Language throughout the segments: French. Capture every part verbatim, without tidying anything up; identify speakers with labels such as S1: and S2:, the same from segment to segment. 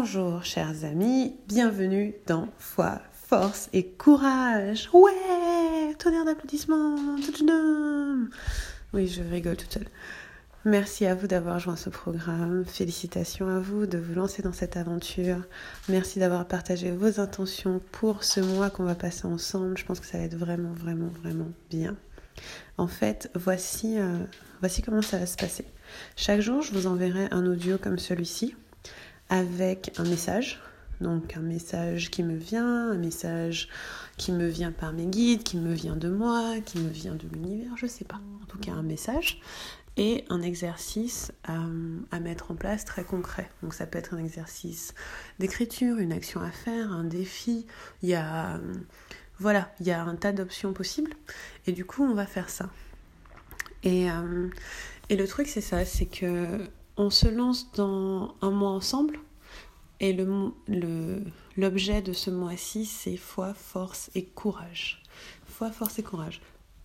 S1: Bonjour chers amis, bienvenue dans Foi, Force et Courage. Ouais, tonnerre d'applaudissements. Oui, je rigole toute seule. Merci à vous d'avoir joint ce programme. Félicitations à vous de vous lancer dans cette aventure. Merci d'avoir partagé vos intentions pour ce mois qu'on va passer ensemble. Je pense que ça va être vraiment, vraiment, vraiment bien. En fait, voici, euh, voici comment ça va se passer. Chaque jour, je vous enverrai un audio comme celui-ci avec un message. Donc un message qui me vient, un message qui me vient par mes guides, qui me vient de moi, qui me vient de l'univers, je sais pas. En tout cas, un message et un exercice à, à mettre en place très concret. Donc ça peut être un exercice d'écriture, une action à faire, un défi. Il y a, voilà, il y a un tas d'options possibles. Et du coup, on va faire ça. Et, euh, et le truc, c'est ça, c'est que on se lance dans un mois ensemble. Et le, le, l'objet de ce mois-ci, c'est foi, force et courage. Foi, force et courage.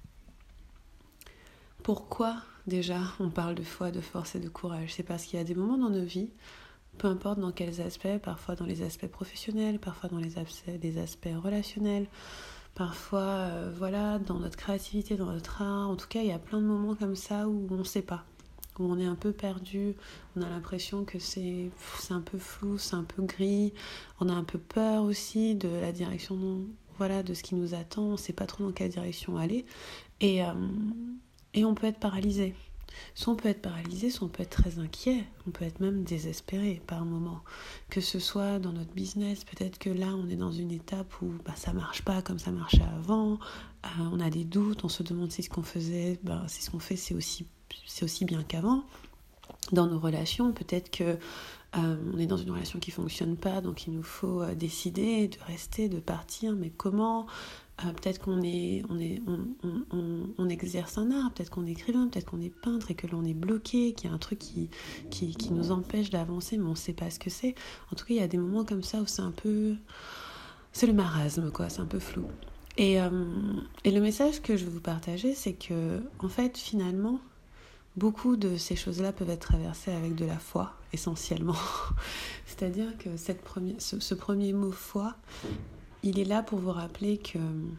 S1: Pourquoi déjà on parle de foi, de force et de courage ? C'est parce qu'il y a des moments dans nos vies, peu importe dans quels aspects, parfois dans les aspects professionnels, parfois dans les aspects, des aspects relationnels, parfois euh, voilà, dans notre créativité, dans notre art. En tout cas, il y a plein de moments comme ça où on ne sait pas. Où on est un peu perdu, on a l'impression que c'est, c'est un peu flou, c'est un peu gris, on a un peu peur aussi de la direction, dont, voilà, de ce qui nous attend, on ne sait pas trop dans quelle direction aller, et, euh, et on peut être paralysé. Soit on peut être paralysé, soit on peut être très inquiet, on peut être même désespéré par moment. Que ce soit dans notre business, peut-être que là on est dans une étape où bah, ça ne marche pas comme ça marchait avant, euh, on a des doutes, on se demande si ce qu'on faisait, bah, si ce qu'on fait c'est aussi c'est aussi bien qu'avant. Dans nos relations, peut-être que euh, on est dans une relation qui fonctionne pas, donc il nous faut euh, décider de rester, de partir, mais comment ? euh, Peut-être qu'on est, on est, on, on, on, on exerce un art, peut-être qu'on est écrivain, peut-être qu'on est peintre et que l'on est bloqué, qu'il y a un truc qui, qui, qui nous empêche d'avancer, mais on sait pas ce que c'est. En tout cas, il y a des moments comme ça où c'est un peu, c'est le marasme, quoi, c'est un peu flou. Et, euh, et le message que je veux vous partager, c'est que, en fait, finalement, beaucoup de ces choses-là peuvent être traversées avec de la foi, essentiellement. C'est-à-dire que cette première, ce, ce premier mot foi, il est là pour vous rappeler que,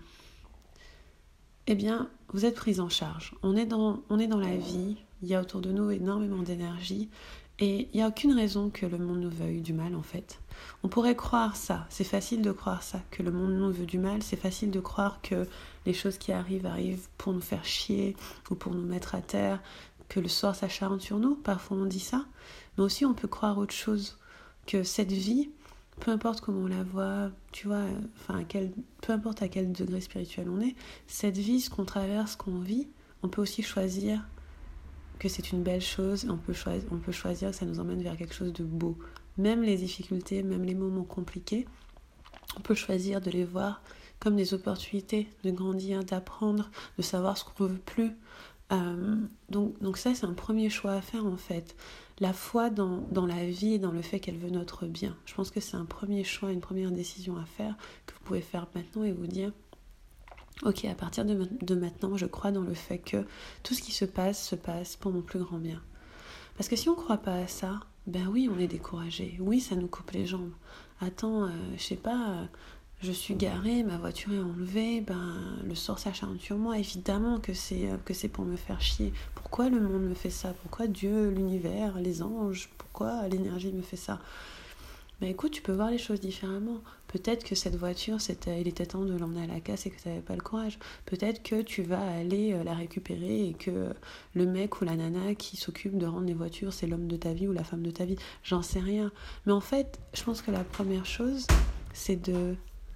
S1: eh bien, vous êtes pris en charge. On est dans, on est dans la vie, il y a autour de nous énormément d'énergie, et il n'y a aucune raison que le monde nous veuille du mal, en fait. On pourrait croire ça, c'est facile de croire ça, que le monde nous veut du mal, c'est facile de croire que les choses qui arrivent arrivent pour nous faire chier, ou pour nous mettre à terre, que le sort s'acharne sur nous, parfois on dit ça, mais aussi on peut croire autre chose, que cette vie, peu importe comment on la voit, tu vois, enfin, à quel, peu importe à quel degré spirituel on est, cette vie, ce qu'on traverse, ce qu'on vit, on peut aussi choisir que c'est une belle chose, et on peut choisir, on peut choisir que ça nous emmène vers quelque chose de beau. Même les difficultés, même les moments compliqués, on peut choisir de les voir comme des opportunités de grandir, d'apprendre, de savoir ce qu'on ne veut plus. Euh, donc, donc ça, c'est un premier choix à faire, en fait. La foi dans, dans la vie et dans le fait qu'elle veut notre bien. Je pense que c'est un premier choix, une première décision à faire que vous pouvez faire maintenant et vous dire ok, à partir de, de maintenant, je crois dans le fait que tout ce qui se passe, se passe pour mon plus grand bien. Parce que si on ne croit pas à ça, ben oui, on est découragé. Oui, ça nous coupe les jambes. Attends, euh, je sais pas... Euh, je suis garée, ma voiture est enlevée, ben, le sort s'acharne sur moi. Évidemment que c'est, que c'est pour me faire chier. Pourquoi le monde me fait ça ? Pourquoi Dieu, l'univers, les anges, pourquoi l'énergie me fait ça ? Ben écoute, tu peux voir les choses différemment. Peut-être que cette voiture, c'était, il était temps de l'emmener à la casse et que tu n'avais pas le courage. Peut-être que tu vas aller la récupérer et que le mec ou la nana qui s'occupe de rendre les voitures, c'est l'homme de ta vie ou la femme de ta vie. J'en sais rien. Mais en fait, je pense que la première chose, c'est de...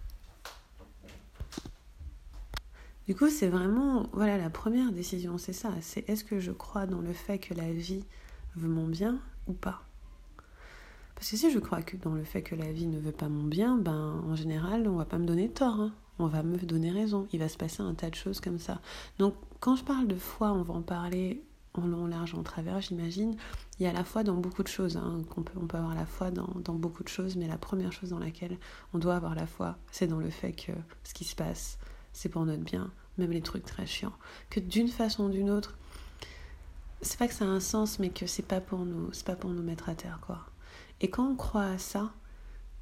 S1: Du coup, c'est vraiment, voilà, la première décision, c'est ça. C'est est-ce que je crois dans le fait que la vie veut mon bien ou pas ? Parce que si je crois que dans le fait que la vie ne veut pas mon bien, ben, en général, on va pas me donner tort, hein. On va me donner raison. Il va se passer un tas de choses comme ça. Donc, quand je parle de foi, on va en parler en long, large, en travers, j'imagine. Il y a la foi dans beaucoup de choses, hein, qu'on peut, on peut avoir la foi dans, dans beaucoup de choses, mais la première chose dans laquelle on doit avoir la foi, c'est dans le fait que ce qui se passe, c'est pour notre bien, même les trucs très chiants. Que d'une façon ou d'une autre, c'est pas que ça a un sens, mais que c'est pas pour nous, c'est pas pour nous mettre à terre, quoi. Et quand on croit à ça,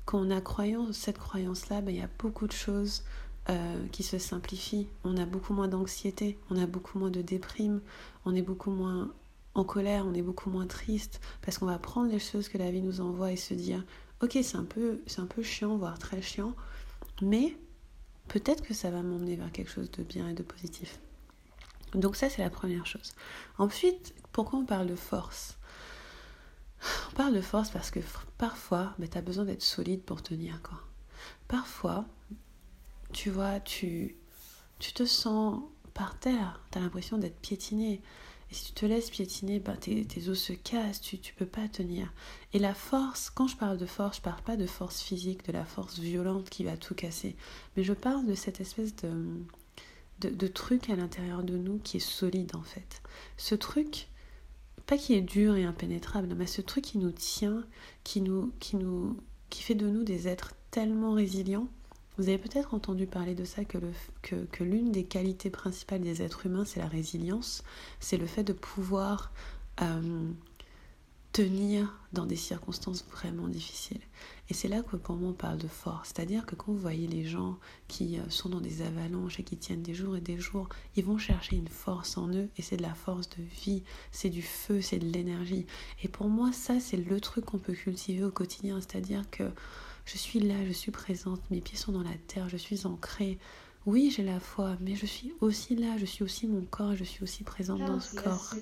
S1: quand on a croyance, cette croyance-là, ben, il y a beaucoup de choses euh, qui se simplifient. On a beaucoup moins d'anxiété, on a beaucoup moins de déprime, on est beaucoup moins en colère, on est beaucoup moins triste, parce qu'on va prendre les choses que la vie nous envoie et se dire « Ok, c'est un peu, c'est un peu chiant, voire très chiant, mais peut-être que ça va m'emmener vers quelque chose de bien et de positif. » Donc ça, c'est la première chose. Ensuite, pourquoi on parle de force ? On parle de force parce que parfois, ben, tu as besoin d'être solide pour tenir, quoi. Parfois, tu vois, tu, tu te sens par terre, tu as l'impression d'être piétiné. Et si tu te laisses piétiner, ben, tes, tes os se cassent, tu ne peux pas tenir. Et la force, quand je parle de force, je ne parle pas de force physique, de la force violente qui va tout casser. Mais je parle de cette espèce de, de, de truc à l'intérieur de nous qui est solide, en fait. Ce truc, pas qui est dur et impénétrable, mais ce truc qui nous tient, qui, nous, qui, nous, qui fait de nous des êtres tellement résilients. Vous avez peut-être entendu parler de ça, que, le, que, que l'une des qualités principales des êtres humains, c'est la résilience. C'est le fait de pouvoir euh, tenir dans des circonstances vraiment difficiles. Et c'est là que pour moi on parle de force. C'est-à-dire que quand vous voyez les gens qui sont dans des avalanches et qui tiennent des jours et des jours, ils vont chercher une force en eux, et c'est de la force de vie, c'est du feu, c'est de l'énergie. Et pour moi, ça, c'est le truc qu'on peut cultiver au quotidien. C'est-à-dire que je suis là, je suis présente, mes pieds sont dans la terre, je suis ancrée. Oui, j'ai la foi, mais je suis aussi là, je suis aussi mon corps, je suis aussi présente dans ce corps.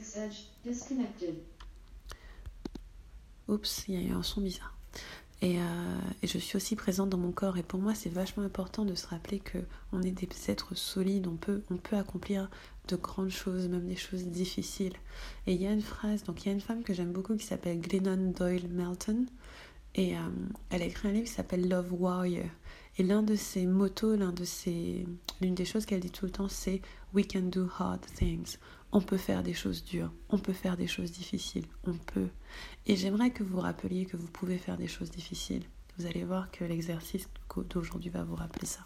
S1: Oups, il y a eu un son bizarre. Et, euh, et je suis aussi présente dans mon corps. Et pour moi, c'est vachement important de se rappeler qu'on est des êtres solides, on peut, on peut accomplir de grandes choses, même des choses difficiles. Et il y a une phrase, donc il y a une femme que j'aime beaucoup qui s'appelle Glennon Doyle Melton. Et euh, elle a écrit un livre qui s'appelle Love Warrior. Et l'un de ses mottos, l'un de ses, l'une des choses qu'elle dit tout le temps, c'est « We can do hard things ». On peut faire des choses dures, on peut faire des choses difficiles, on peut. Et j'aimerais que vous vous rappeliez que vous pouvez faire des choses difficiles. Vous allez voir que l'exercice d'aujourd'hui va vous rappeler ça.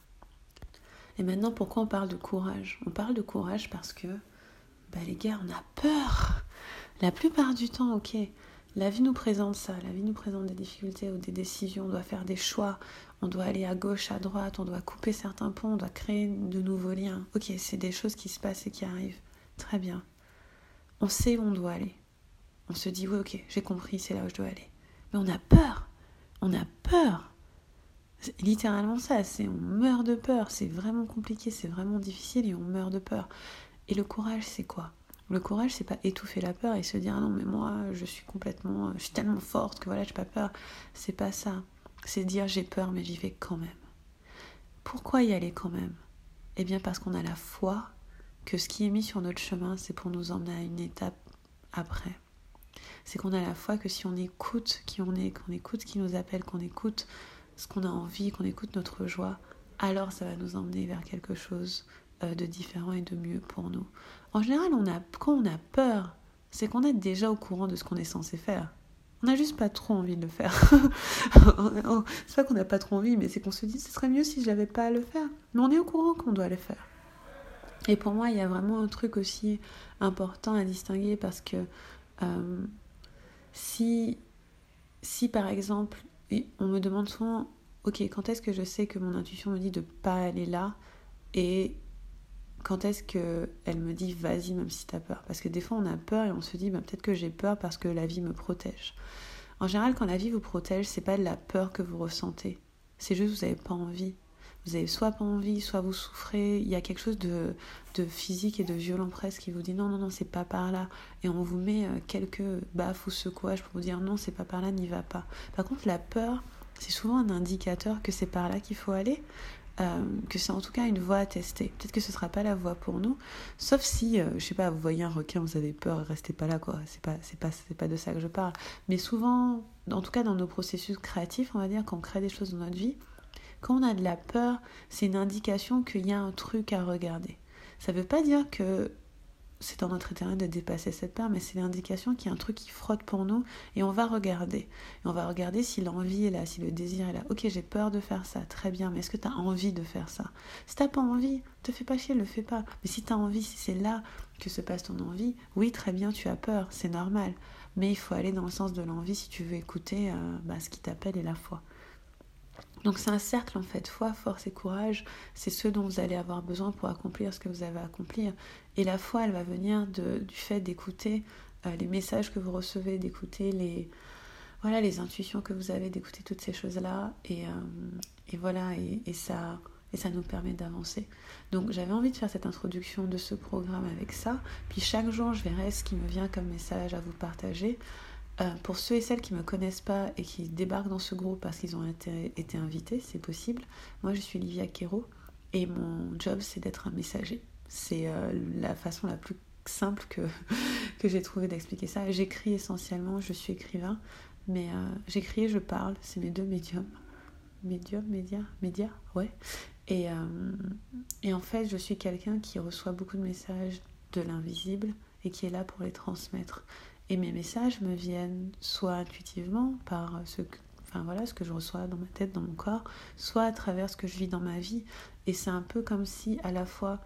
S1: Et maintenant, pourquoi on parle de courage ? On parle de courage parce que, bah les gars, on a peur. La plupart du temps, ok, la vie nous présente ça, la vie nous présente des difficultés ou des décisions, on doit faire des choix, on doit aller à gauche, à droite, on doit couper certains ponts, on doit créer de nouveaux liens. Ok, c'est des choses qui se passent et qui arrivent. Très bien. On sait où on doit aller. On se dit, oui, ok, j'ai compris, c'est là où je dois aller. Mais on a peur. On a peur. C'est littéralement ça, c'est on meurt de peur. C'est vraiment compliqué, c'est vraiment difficile et on meurt de peur. Et le courage, c'est quoi ? Le courage, c'est pas étouffer la peur et se dire, ah non, mais moi, je suis complètement, je suis tellement forte que voilà, j'ai pas peur. C'est pas ça. C'est dire, j'ai peur, mais j'y vais quand même. Pourquoi y aller quand même ? Eh bien, parce qu'on a la foi que ce qui est mis sur notre chemin, c'est pour nous emmener à une étape après. C'est qu'on a la foi que si on écoute qui on est, qu'on écoute qui nous appelle, qu'on écoute ce qu'on a envie, qu'on écoute notre joie, alors ça va nous emmener vers quelque chose de différent et de mieux pour nous. En général, on a, quand on a peur, c'est qu'on est déjà au courant de ce qu'on est censé faire. On n'a juste pas trop envie de le faire. C'est pas qu'on n'a pas trop envie, mais c'est qu'on se dit ce serait mieux si je n'avais pas à le faire. Mais on est au courant qu'on doit le faire. Et pour moi, il y a vraiment un truc aussi important à distinguer parce que euh, si, si par exemple, on me demande souvent, ok, quand est-ce que je sais que mon intuition me dit de ne pas aller là et quand est-ce qu'elle me dit vas-y même si tu as peur ? Parce que des fois on a peur et on se dit bah, peut-être que j'ai peur parce que la vie me protège. En général, quand la vie vous protège, c'est pas de la peur que vous ressentez, c'est juste que vous n'avez pas envie. Vous avez soit pas envie, soit vous souffrez, il y a quelque chose de, de physique et de violent presque qui vous dit non, non, non, c'est pas par là. Et on vous met quelques baffes ou secouages pour vous dire non, c'est pas par là, n'y va pas. Par contre, la peur, c'est souvent un indicateur que c'est par là qu'il faut aller, euh, que c'est en tout cas une voie à tester. Peut-être que ce sera pas la voie pour nous, sauf si, euh, je sais pas, vous voyez un requin, vous avez peur, restez pas là, quoi. C'est pas, c'est pas, c'est pas de ça que je parle. Mais souvent, en tout cas dans nos processus créatifs, on va dire, quand on crée des choses dans notre vie, quand on a de la peur, c'est une indication qu'il y a un truc à regarder. Ça ne veut pas dire que c'est dans notre intérêt de dépasser cette peur, mais c'est l'indication qu'il y a un truc qui frotte pour nous et on va regarder. Et on va regarder si l'envie est là, si le désir est là. Ok, j'ai peur de faire ça, très bien, mais est-ce que tu as envie de faire ça ? Si tu n'as pas envie, te fais pas chier, le fais pas. Mais si tu as envie, si c'est là que se passe ton envie, oui, très bien, tu as peur, c'est normal. Mais il faut aller dans le sens de l'envie si tu veux écouter euh, bah, ce qui t'appelle et la foi. Donc c'est un cercle en fait, foi, force et courage, c'est ce dont vous allez avoir besoin pour accomplir ce que vous avez à accomplir. Et la foi, elle va venir de, du fait d'écouter euh, les messages que vous recevez, d'écouter les, voilà, les intuitions que vous avez, d'écouter toutes ces choses-là. Et, euh, et voilà, et, et, ça, et ça nous permet d'avancer. Donc j'avais envie de faire cette introduction de ce programme avec ça. Puis chaque jour, je verrai ce qui me vient comme message à vous partager. Euh, pour ceux et celles qui ne me connaissent pas et qui débarquent dans ce groupe parce qu'ils ont été, été invités, c'est possible. Moi, je suis Livia Quero et mon job, c'est d'être un messager. C'est euh, la façon la plus simple que, que j'ai trouvé d'expliquer ça. J'écris essentiellement, je suis écrivain, mais euh, j'écris et je parle, c'est mes deux médiums. Médium, média, média, ouais. Et, euh, et en fait, je suis quelqu'un qui reçoit beaucoup de messages de l'invisible et qui est là pour les transmettre. Et mes messages me viennent soit intuitivement par ce que, enfin voilà, ce que je reçois dans ma tête, dans mon corps, soit à travers ce que je vis dans ma vie. Et c'est un peu comme si à la fois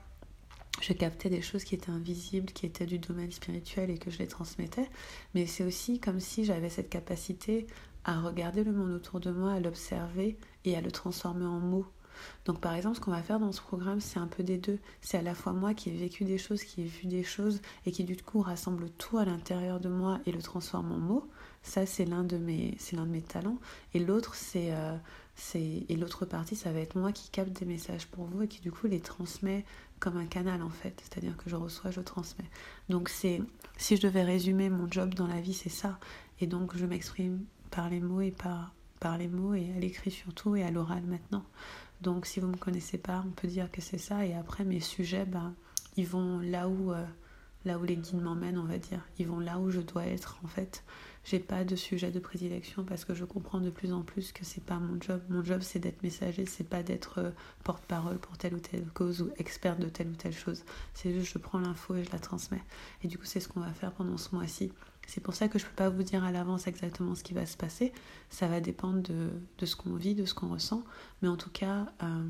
S1: je captais des choses qui étaient invisibles, qui étaient du domaine spirituel et que je les transmettais, mais c'est aussi comme si j'avais cette capacité à regarder le monde autour de moi, à l'observer et à le transformer en mots. Donc par exemple, ce qu'on va faire dans ce programme, c'est un peu des deux. C'est à la fois moi qui ai vécu des choses, qui ai vu des choses et qui du coup rassemble tout à l'intérieur de moi et le transforme en mots. Ça, c'est l'un de mes, c'est l'un de mes talents. Et l'autre, c'est, euh, c'est, et l'autre partie, ça va être moi qui capte des messages pour vous et qui du coup les transmet comme un canal en fait. C'est-à-dire que je reçois, je transmets. Donc c'est, si je devais résumer mon job dans la vie, c'est ça. Et donc je m'exprime par les mots et par, par les mots et à l'écrit surtout et à l'oral maintenant. Donc si vous ne me connaissez pas, on peut dire que c'est ça. Et après, mes sujets, ben, ils vont là où, euh, là où les guides m'emmènent, on va dire. Ils vont là où je dois être, en fait. J'ai pas de sujet de prédilection parce que je comprends de plus en plus que c'est pas mon job. Mon job, c'est d'être messager, c'est pas d'être euh, porte-parole pour telle ou telle cause ou experte de telle ou telle chose. C'est juste, je prends l'info et je la transmets. Et du coup, c'est ce qu'on va faire pendant ce mois-ci. C'est pour ça que je ne peux pas vous dire à l'avance exactement ce qui va se passer. Ça va dépendre de, de ce qu'on vit, de ce qu'on ressent. Mais en tout cas, euh,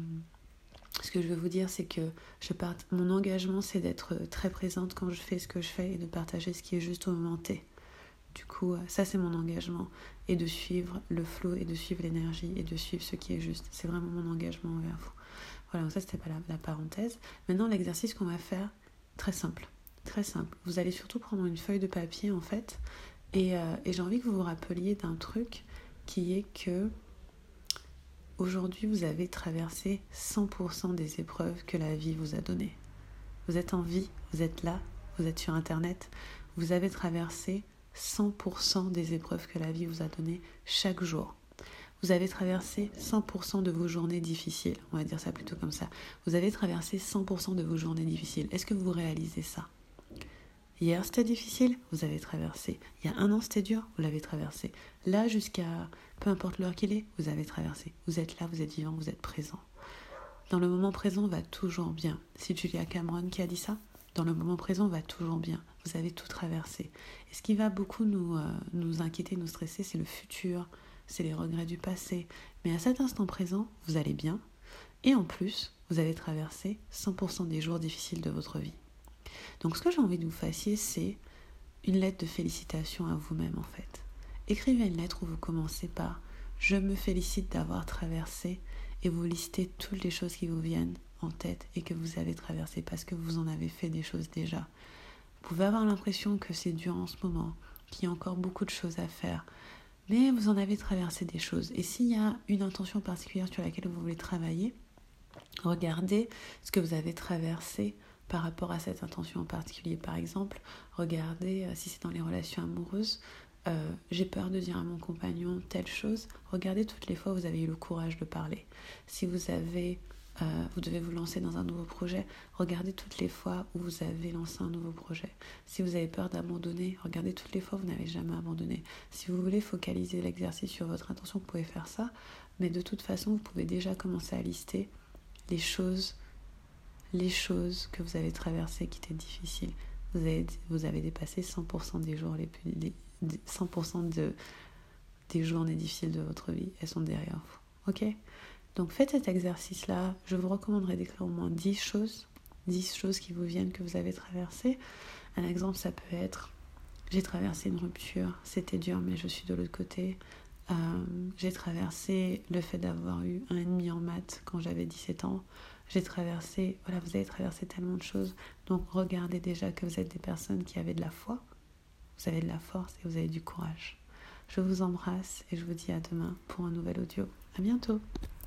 S1: ce que je veux vous dire, c'est que je part... mon engagement, c'est d'être très présente quand je fais ce que je fais et de partager ce qui est juste au moment T. Du coup, ça, c'est mon engagement. Et de suivre le flow et de suivre l'énergie et de suivre ce qui est juste. C'est vraiment mon engagement envers vous. Voilà, donc ça, c'était pas la, la parenthèse. Maintenant, l'exercice qu'on va faire, très simple. Très simple. Vous allez surtout prendre une feuille de papier en fait et, euh, et j'ai envie que vous vous rappeliez d'un truc qui est que aujourd'hui vous avez traversé cent pour cent des épreuves que la vie vous a données. Vous êtes en vie, vous êtes là, vous êtes sur internet, vous avez traversé cent pour cent des épreuves que la vie vous a données chaque jour. Vous avez traversé cent pour cent de vos journées difficiles, on va dire ça plutôt comme ça. Vous avez traversé cent pour cent de vos journées difficiles. Est-ce que vous réalisez ça ? Hier, c'était difficile, vous avez traversé. Il y a un an, c'était dur, vous l'avez traversé. Là, jusqu'à peu importe l'heure qu'il est, vous avez traversé. Vous êtes là, vous êtes vivant, vous êtes présent. Dans le moment présent, va toujours bien. C'est Julia Cameron qui a dit ça. Dans le moment présent, va toujours bien. Vous avez tout traversé. Et ce qui va beaucoup nous, euh, nous inquiéter, nous stresser, c'est le futur, c'est les regrets du passé. Mais à cet instant présent, vous allez bien. Et en plus, vous avez traversé cent pour cent des jours difficiles de votre vie. Donc ce que j'ai envie que vous fassiez, c'est une lettre de félicitations à vous-même en fait. Écrivez une lettre où vous commencez par « Je me félicite d'avoir traversé » et vous listez toutes les choses qui vous viennent en tête et que vous avez traversées parce que vous en avez fait des choses déjà. Vous pouvez avoir l'impression que c'est dur en ce moment, qu'il y a encore beaucoup de choses à faire, mais vous en avez traversé des choses. Et s'il y a une intention particulière sur laquelle vous voulez travailler, regardez ce que vous avez traversé par rapport à cette intention en particulier. Par exemple, regardez, euh, si c'est dans les relations amoureuses, euh, j'ai peur de dire à mon compagnon telle chose, regardez toutes les fois où vous avez eu le courage de parler. Si vous avez, euh, vous devez vous lancer dans un nouveau projet, regardez toutes les fois où vous avez lancé un nouveau projet. Si vous avez peur d'abandonner, regardez toutes les fois où vous n'avez jamais abandonné. Si vous voulez focaliser l'exercice sur votre intention, vous pouvez faire ça, mais de toute façon, vous pouvez déjà commencer à lister les choses les choses que vous avez traversées qui étaient difficiles. Vous avez, vous avez dépassé cent pour cent des jours les plus, les, cent pour cent de, des journées difficiles de votre vie. Elles sont derrière vous. Ok ? Donc faites cet exercice-là. Je vous recommanderais d'écrire au moins dix choses. dix choses qui vous viennent que vous avez traversées. Un exemple, ça peut être « J'ai traversé une rupture. C'était dur, mais je suis de l'autre côté. Euh, j'ai traversé le fait d'avoir eu un ennemi en maths quand j'avais dix-sept ans. J'ai traversé, voilà, vous avez traversé tellement de choses. Donc regardez déjà que vous êtes des personnes qui avaient de la foi, vous avez de la force et vous avez du courage. Je vous embrasse et je vous dis à demain pour un nouvel audio. À bientôt.